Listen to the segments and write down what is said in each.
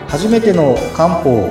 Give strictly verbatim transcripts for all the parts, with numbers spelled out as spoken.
初めての漢方。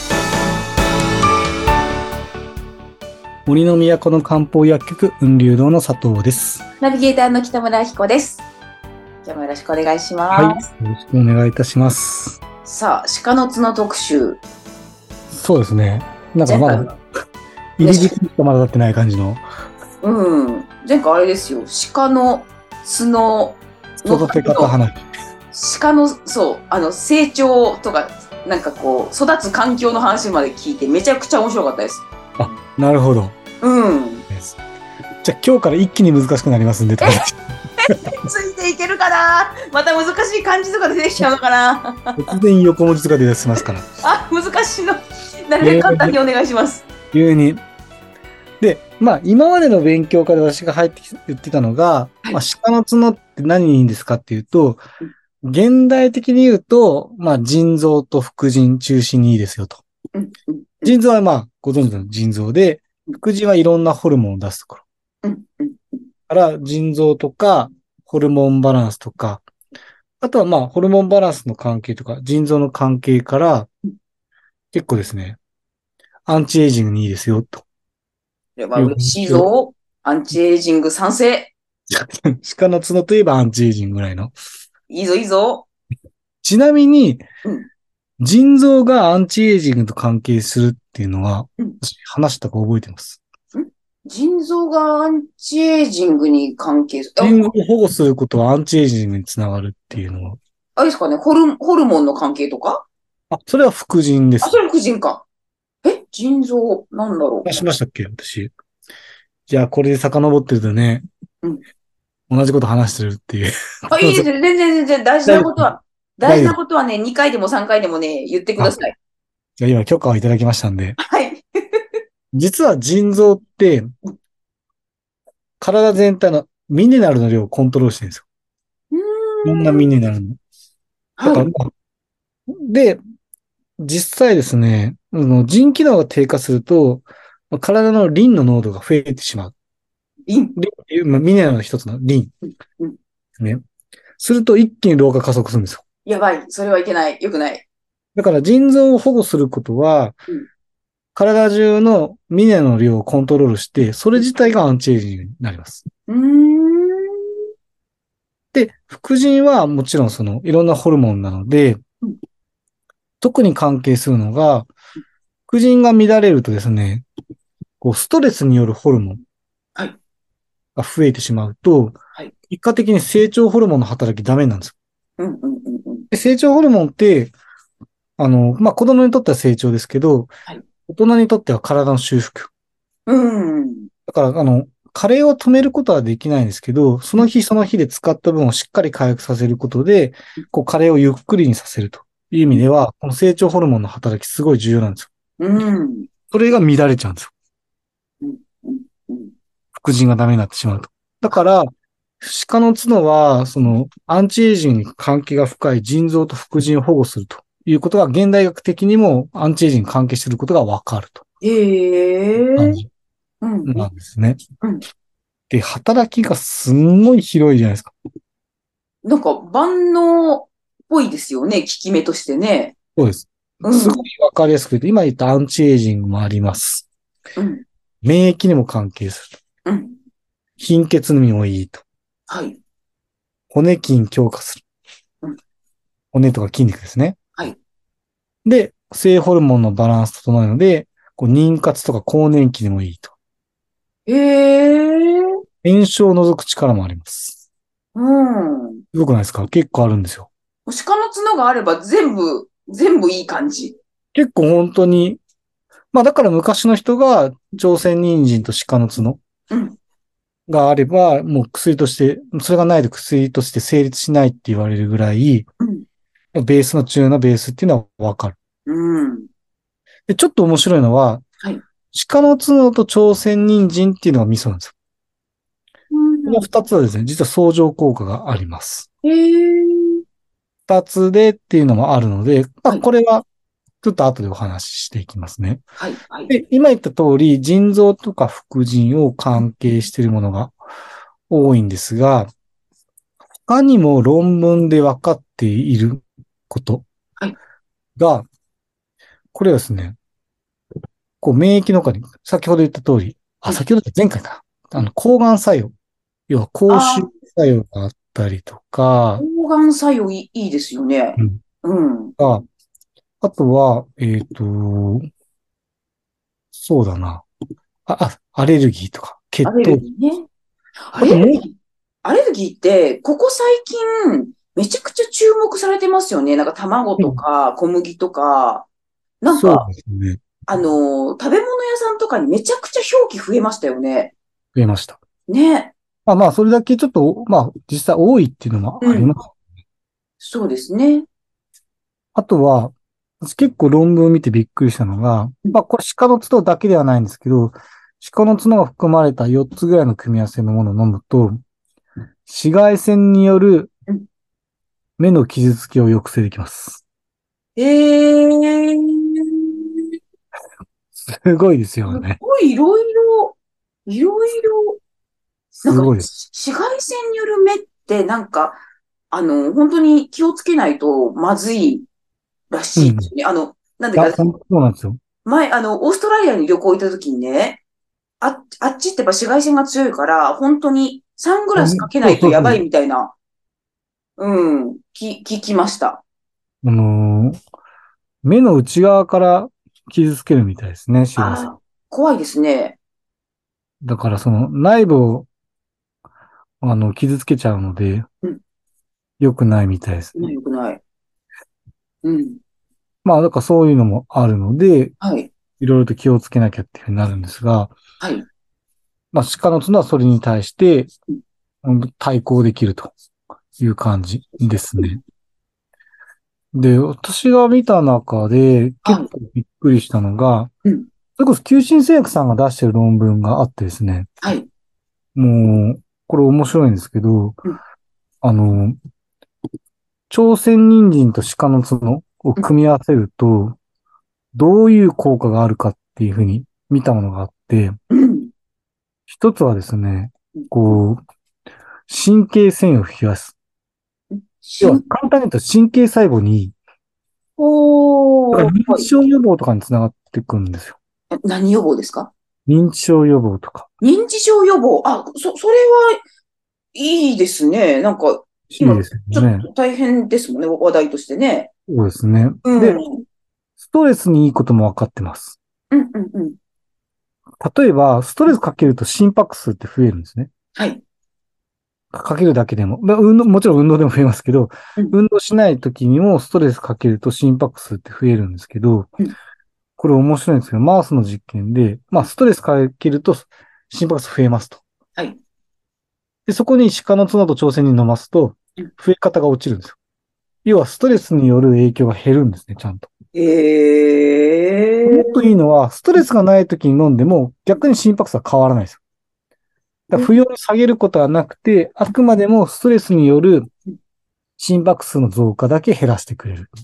森の都の漢方薬局雲流堂の佐藤です。 ナビゲーターの北村彦です。今日もよろしくお願いしはい、よます。 ろしくお願いいたします。 さあ、鹿の角特集。 そうですね。なんかまだ入り口しかまだ立ってない感じの。 うん。前回あれですよ。鹿の角の育て方話。 鹿のそうあの成長とかなんかこう育つ環境の話まで聞いてめちゃくちゃ面白かったです。 あ、なるほど。 うん。 じゃあ今日から一気に難しくなりますんで。ついていけるかな。また難しい漢字とか出てきちゃうのかな。 突然横文字とか出だしますから。 あ、難しいの。なるべく簡単にお願いします。 急に。で、まあ今までの勉強から私が入って言ってたのが、はい、まあ、鹿の角って何にいいんですかっていうと、うん、現代的に言うと、まあ腎臓と副腎中心にいいですよと。うんうん、腎臓はまあご存知の腎臓で、副腎はいろんなホルモンを出すところ。うんうん、から腎臓とかホルモンバランスとか、あとはまあホルモンバランスの関係とか腎臓の関係から結構ですね、アンチエイジングにいいですよと。 いや、まあ嬉しいぞ。アンチエイジング賛成。 鹿の角といえばアンチエイジングぐらいの。 いいぞいいぞ。 ちなみに、うん、腎臓がアンチエイジングと関係するっていうのは、うん、話したか覚えてます。 ん腎臓がアンチエイジングに関係する。 腎臓を保護することはアンチエイジングにつながるっていうのは。 あれですかね、ホル、ホルモンの関係とか？ あ、それは副腎です。 あ、それは副腎か。え、腎臓、なんだろう。 しましたっけ私。じゃあ、これで遡ってるとね、うん、同じこと話してるっていう。 あ、いいですよ。全然全然大事なことは、大事なことはね、にかいでもさんかいでもね、言ってください。 じゃあ今許可をいただきましたんで。 はい。 実は腎臓って、体全体のミネラルの量をコントロールしてるんですよ。いろんなミネラルの。だから、はい、で、実際ですね、腎機能が低下すると、体のリンの濃度が増えてしまう。リンリンミネラルの一つのリン。うん、ね。すると一気に老化加速するんですよ。 やばい。それはいけない。よくない。 だから腎臓を保護することは、うん、体中のミネラルの量をコントロールして、それ自体がアンチエイジングになります。うーんで、副腎はもちろんそのいろんなホルモンなので、うん、特に関係するのが、副腎が乱れるとですね、こうストレスによるホルモンが増えてしまうと、はい、結果的に成長ホルモンの働きダメなんですよ。うんうんうんうん、で成長ホルモンって、あの、まあ、子供にとっては成長ですけど、はい、大人にとっては体の修復。うん、だから、あの、加齢を止めることはできないんですけど、その日その日で使った分をしっかり回復させることで、こう、加齢をゆっくりにさせるという意味では、この成長ホルモンの働きすごい重要なんですよ。うん、それが乱れちゃうんですよ。副腎がダメになってしまうと。だから、鹿の角は、その、アンチエイジングに関係が深い腎臓と副腎を保護するということが、現代学的にもアンチエイジングに関係していることがわかると。へー。感じなんですね。うんうん、で、働きがすんごい広いじゃないですか。 なんか、万能っぽいですよね、効き目としてね。 そうです。すごいわかりやすくて、今言ったアンチエイジングもあります。うん、免疫にも関係する。うん、貧血にもいいと。はい。骨筋強化する。うん、骨とか筋肉ですね。はい。で、性ホルモンのバランス整えるので、こう妊活とか更年期にもいいと。へー。炎症を除く力もあります。うん。すごくないですか？結構あるんですよ。 鹿の角があれば全部、全部いい感じ。 結構本当に、まあだから昔の人が朝鮮人参と鹿の角があれば、もう薬として、それがないと薬として成立しないって言われるぐらい、うん、ベースの中のベースっていうのはわかる。うん。で、ちょっと面白いのは、はい、鹿の角と朝鮮人参っていうのが味噌なんですよ。うん、この二つはですね、実は相乗効果があります。へー。二つでっていうのもあるので、まあ、これはちょっと後でお話ししていきますね。はいはい、で、今言った通り、腎臓とか副腎を関係しているものが多いんですが、他にも論文で分かっていること。はい、 が、これはですね、こう免疫の中に、先ほど言った通り、あ、 うん。 先ほど言った前回かな。 うん。 あの、抗がん作用。要は、口臭ああ、 作用があったりとか、 抗がん作用いい、いいですよね。 うん。 うん。 あ、あとは、えっと、そうだな。あ、あ、アレルギーとか、 アレル血糖。 ギーね。アあともう、 レルギー、アレルギーって、ここ最近、めちゃくちゃ注目されてますよね。なんか卵うん、 とか小麦とか、なんそうか、 ですね。 あのー食べ物屋さんとかにめちゃくちゃ表記増えましたよね。 増えました。 ね。 まあまあ、それだけちょっと、まあ、実際多いっていうのもうん。 あります。 そうですね。 あとは、私結構論文を見てびっくりしたのが、 うん。 まあ、これ鹿の角だけではないんですけど、鹿の角が含まれたよっつぐらいの組み合わせのものを飲むと、紫外線によるうん。 目の傷つきを抑制できます。 えー、 すごいですすっよね。 ごいいろいろ、いろいろ、なんか、 すごいです。 紫外線による目って、なんか、あの、本当に気をつけないとまずいらうん。いしいですね。あの、なんでや、 か、 本当そうなんですよ。 前、あの、オーストラリアに旅行行った時にね、あ、あっちってやっぱ紫外線が強いから、本当にサングあ、 ラスかけなそうそうそう。 いとやばいみたいな、うん、き、聞きました。 あのー目の内側から傷つけるみたいですね、紫外線。 ああ、怖いですね。 だからその内部を、あの、傷つけちゃうので、 うん、 良くないみたいですね。 よくない。うん、 まあ、だからそういうのもあるので、 はい、 いろいろと気をつけなきゃっていうふうになるんですが、 はい。 まあ、鹿の角はそれに対して、 うん、 うん対抗できるという感じですね。で、私が見た中で結はい、 構びっくりしたのが、 うん、 それこそ求心製薬さんが出してる論文があってですね、 はい、 もう、これ面白いんですけど、 うん、 あの、朝鮮人参と鹿の角をうん、 組み合わせると、どういう効果があるかっていうふうに見たものがあって、 うん。 一つはですね、 うん。 こう、神経線維を増やす。要は、 しん、 簡単に言うと神経細胞にいい。だからおー、はい。 認知症予防とかにつながってくるんですよ。 え、何予防ですか？ 認知症予防とか。 認知症予防。あ、そ、それはいいですね。なんか、今、 いいですよちょっね。 と大変ですもんね、話題としてね。 そうですね。 うん。 で、 うん、 ストレスにいいことも分かってます。 うん、うん。 例えば、ストレスかけると心拍数って増えるんですね。 はい。 かけるだけでも。まあ運動、もちろん運動でも増えますけど、 うん、 運動しない時にもストレスかけると心拍数って増えるんですけど、 うん。 これ面白いんですけど、マウスの実験で、まあ、ストレスかけると心拍数増えますと。 はい。 で、そこに鹿の角と朝鮮に飲ますと、 うん。 増え方が落ちるんですよ。要はストレスによる影響が減るんですね、ちゃんと。もっといいええのは、ストレスがない時に飲んでも、逆に心拍数は変わらないですよ。だから不要に下げることはなくて、あくまでもストレスによる心拍数の増加だけ減らしてくれるっ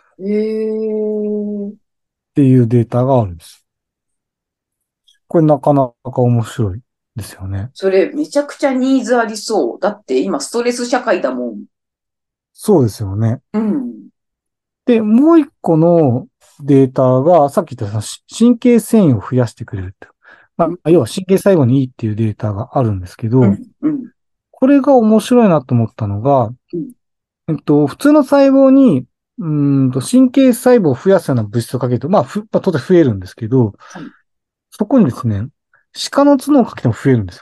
ええていうデータがあるんです。これなかなか面白いですよね。 それめちゃくちゃニーズありそう。だって今ストレス社会だもん。 そうですよね。 うん。 で、もう一個のデータが、さっき言ったその神経線維を増やしてくれると。まうん、 あ、要は神経細胞にいいっていうデータがあるんですけど、 うん、うん、 これが面白いなと思ったのが、 うん。 えっと、普通の細胞に、うーんと神経細胞を増やすような物質をかけると、まあ、ふ、まあ、当然増えるんですけど、 はい。 そこにですね、鹿の角をかけても増えるんですよ。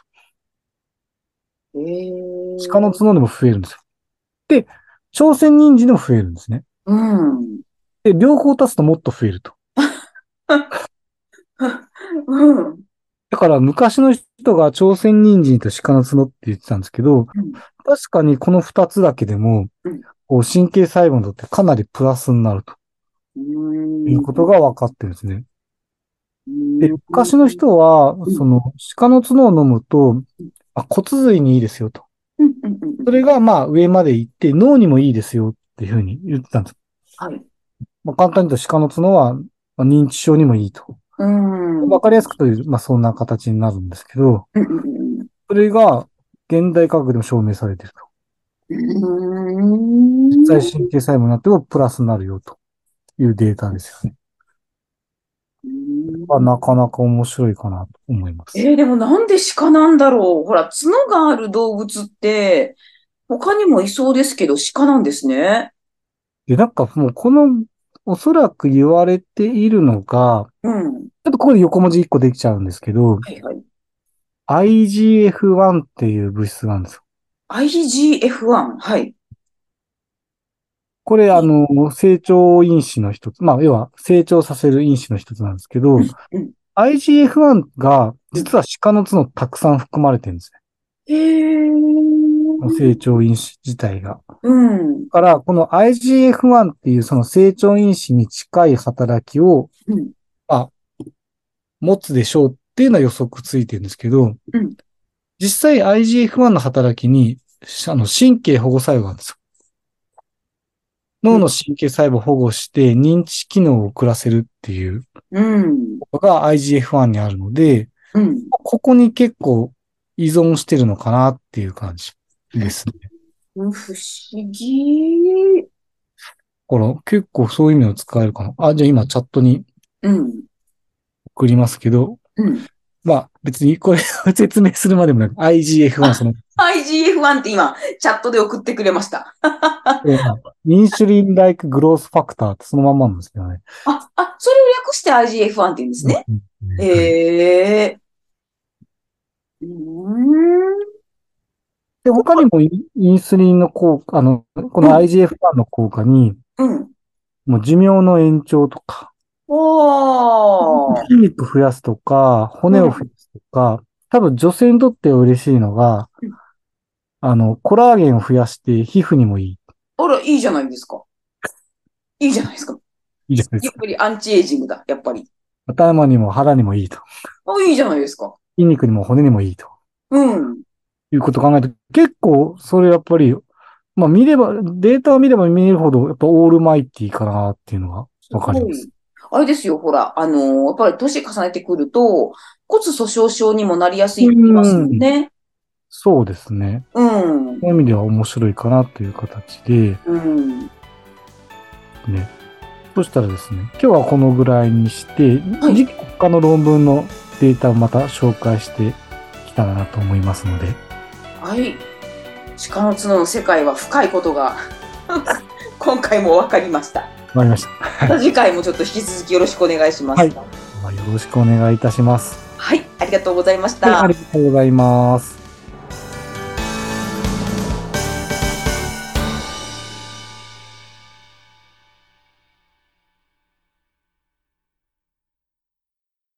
鹿の角ええでも増えるんですよ。で、朝鮮人参でも増えるんですね。 うん。 で、両方足すともっと増えると。 うん。 だから昔の人が朝鮮人参と鹿の角って言ってたんですけど、 うん。 確かにこの二つだけでも、 うん。 こう神経細胞にとってかなりプラスになるとうーいうことがん。 分かってるんですね。 うで、 ーん。 昔の人は、 うん。 その鹿の角を飲むと、あ、骨髄にいいですよと。 うん。うん。うん。 それがまあ上まで行って脳にもいいですよっていうふうに言ってたんです。 はい。 まあ、簡単に言うと鹿の角は、まあ、認知症にもいいと。 うーん。うん。 わかりやすくという、まあそんな形になるんですけど、 うん。 それが現代科学でも証明されていると。 うーん。 実際神経細胞になってもプラスになるよと。 いうデータですよね。 うーんまあ、なかなか面白いかなと思います。 えー、でもなんで鹿なんだろう。ほら、角がある動物って、他にもいそうですけど、鹿なんですね。 で、なんかもうこの、おそらく言われているのが、 うん。 ちょっとここで横文字いっこできちゃうんですけど、 はいはい。 アイジーエフワン っていう物質なんですよ。 アイジーエフワン。はい。 これ、あの、成長因子の一つ。まあ、要は成長させる因子の一つなんですけど、 うん、うん、 アイジーエフワン がうん。 実は鹿の角たくさん含まれてるんですへー。 ね。成長因子自体が。 うん、 だから、この アイジーエフワン っていうその成長因子に近い働きを、 うん、 あ、持つでしょうっていうのは予測ついてるんですけど、 うん。 実際 アイジーエフワン の働きに、あの、神経保護作用があるんですよ。脳の神経細胞を保護して認知機能を遅らせるっていううん、 のが アイジーエフワン にあるので、 うん。 ここに結構依存してるのかなっていう感じですね。 うん不思議。 だから結構そういう意味を使えるかな。あ、じゃあ今チャットにうん、 送りますけど、 うん。 まあ別にこれを説明するまでもなく アイジーエフワン そあ、 の、 アイジーエフワン って今、チャットで送ってくれました。 これまあインシュリンライクグロースファクターってそのまんまなんですけどね。 あ、あ、それを略して アイジーエフワン って言うんですね。 うんうんはい。 へえ。うーん。 で、他にもイインスリンの効果、あの、このうん、 アイジーエフワン の効果に、 うん。 もう寿命の延長とか、 おー。 筋肉増やすとか、 うん。 骨を増やすとか、多分女性にとっては嬉しいのが、 うんあの、コラーゲンを増やして皮膚にもいい。 あら、いいじゃないですか。いいじゃないですか。 いいじゃないですか。 やっぱりアンチエイジングだ、やっぱり。 頭にも腹にもいいと。 あ、いいじゃないですか。 筋肉にも骨にもいいと。 うん。 いうことを考えると、結構、それやっぱり、まあ見れば、データを見れば見るほど、やっぱオールマイティーかなっていうのがすわかります。 ごい。あれですよ、ほら、あのーやっぱり年重ねてくると、骨粗鬆症にもなりやすいうって言いますもんん。 ね。 そうですね。 うん。 そういう意味では面白いかなという形で、 うん。 ね。そしたらですね、今日はこのぐらいにして、 はい。 次回他の論文のデータをまた紹介してきたらなと思いますので、 はい。鹿の角の世界は深いことが今回も分かりました。 わかりました。はい。 次回もちょっと引き続きよろしくお願いしまはい。 す。 まあよろしくお願いいたします。 はい。ありがとうございましはい、ありた。 がとうございます。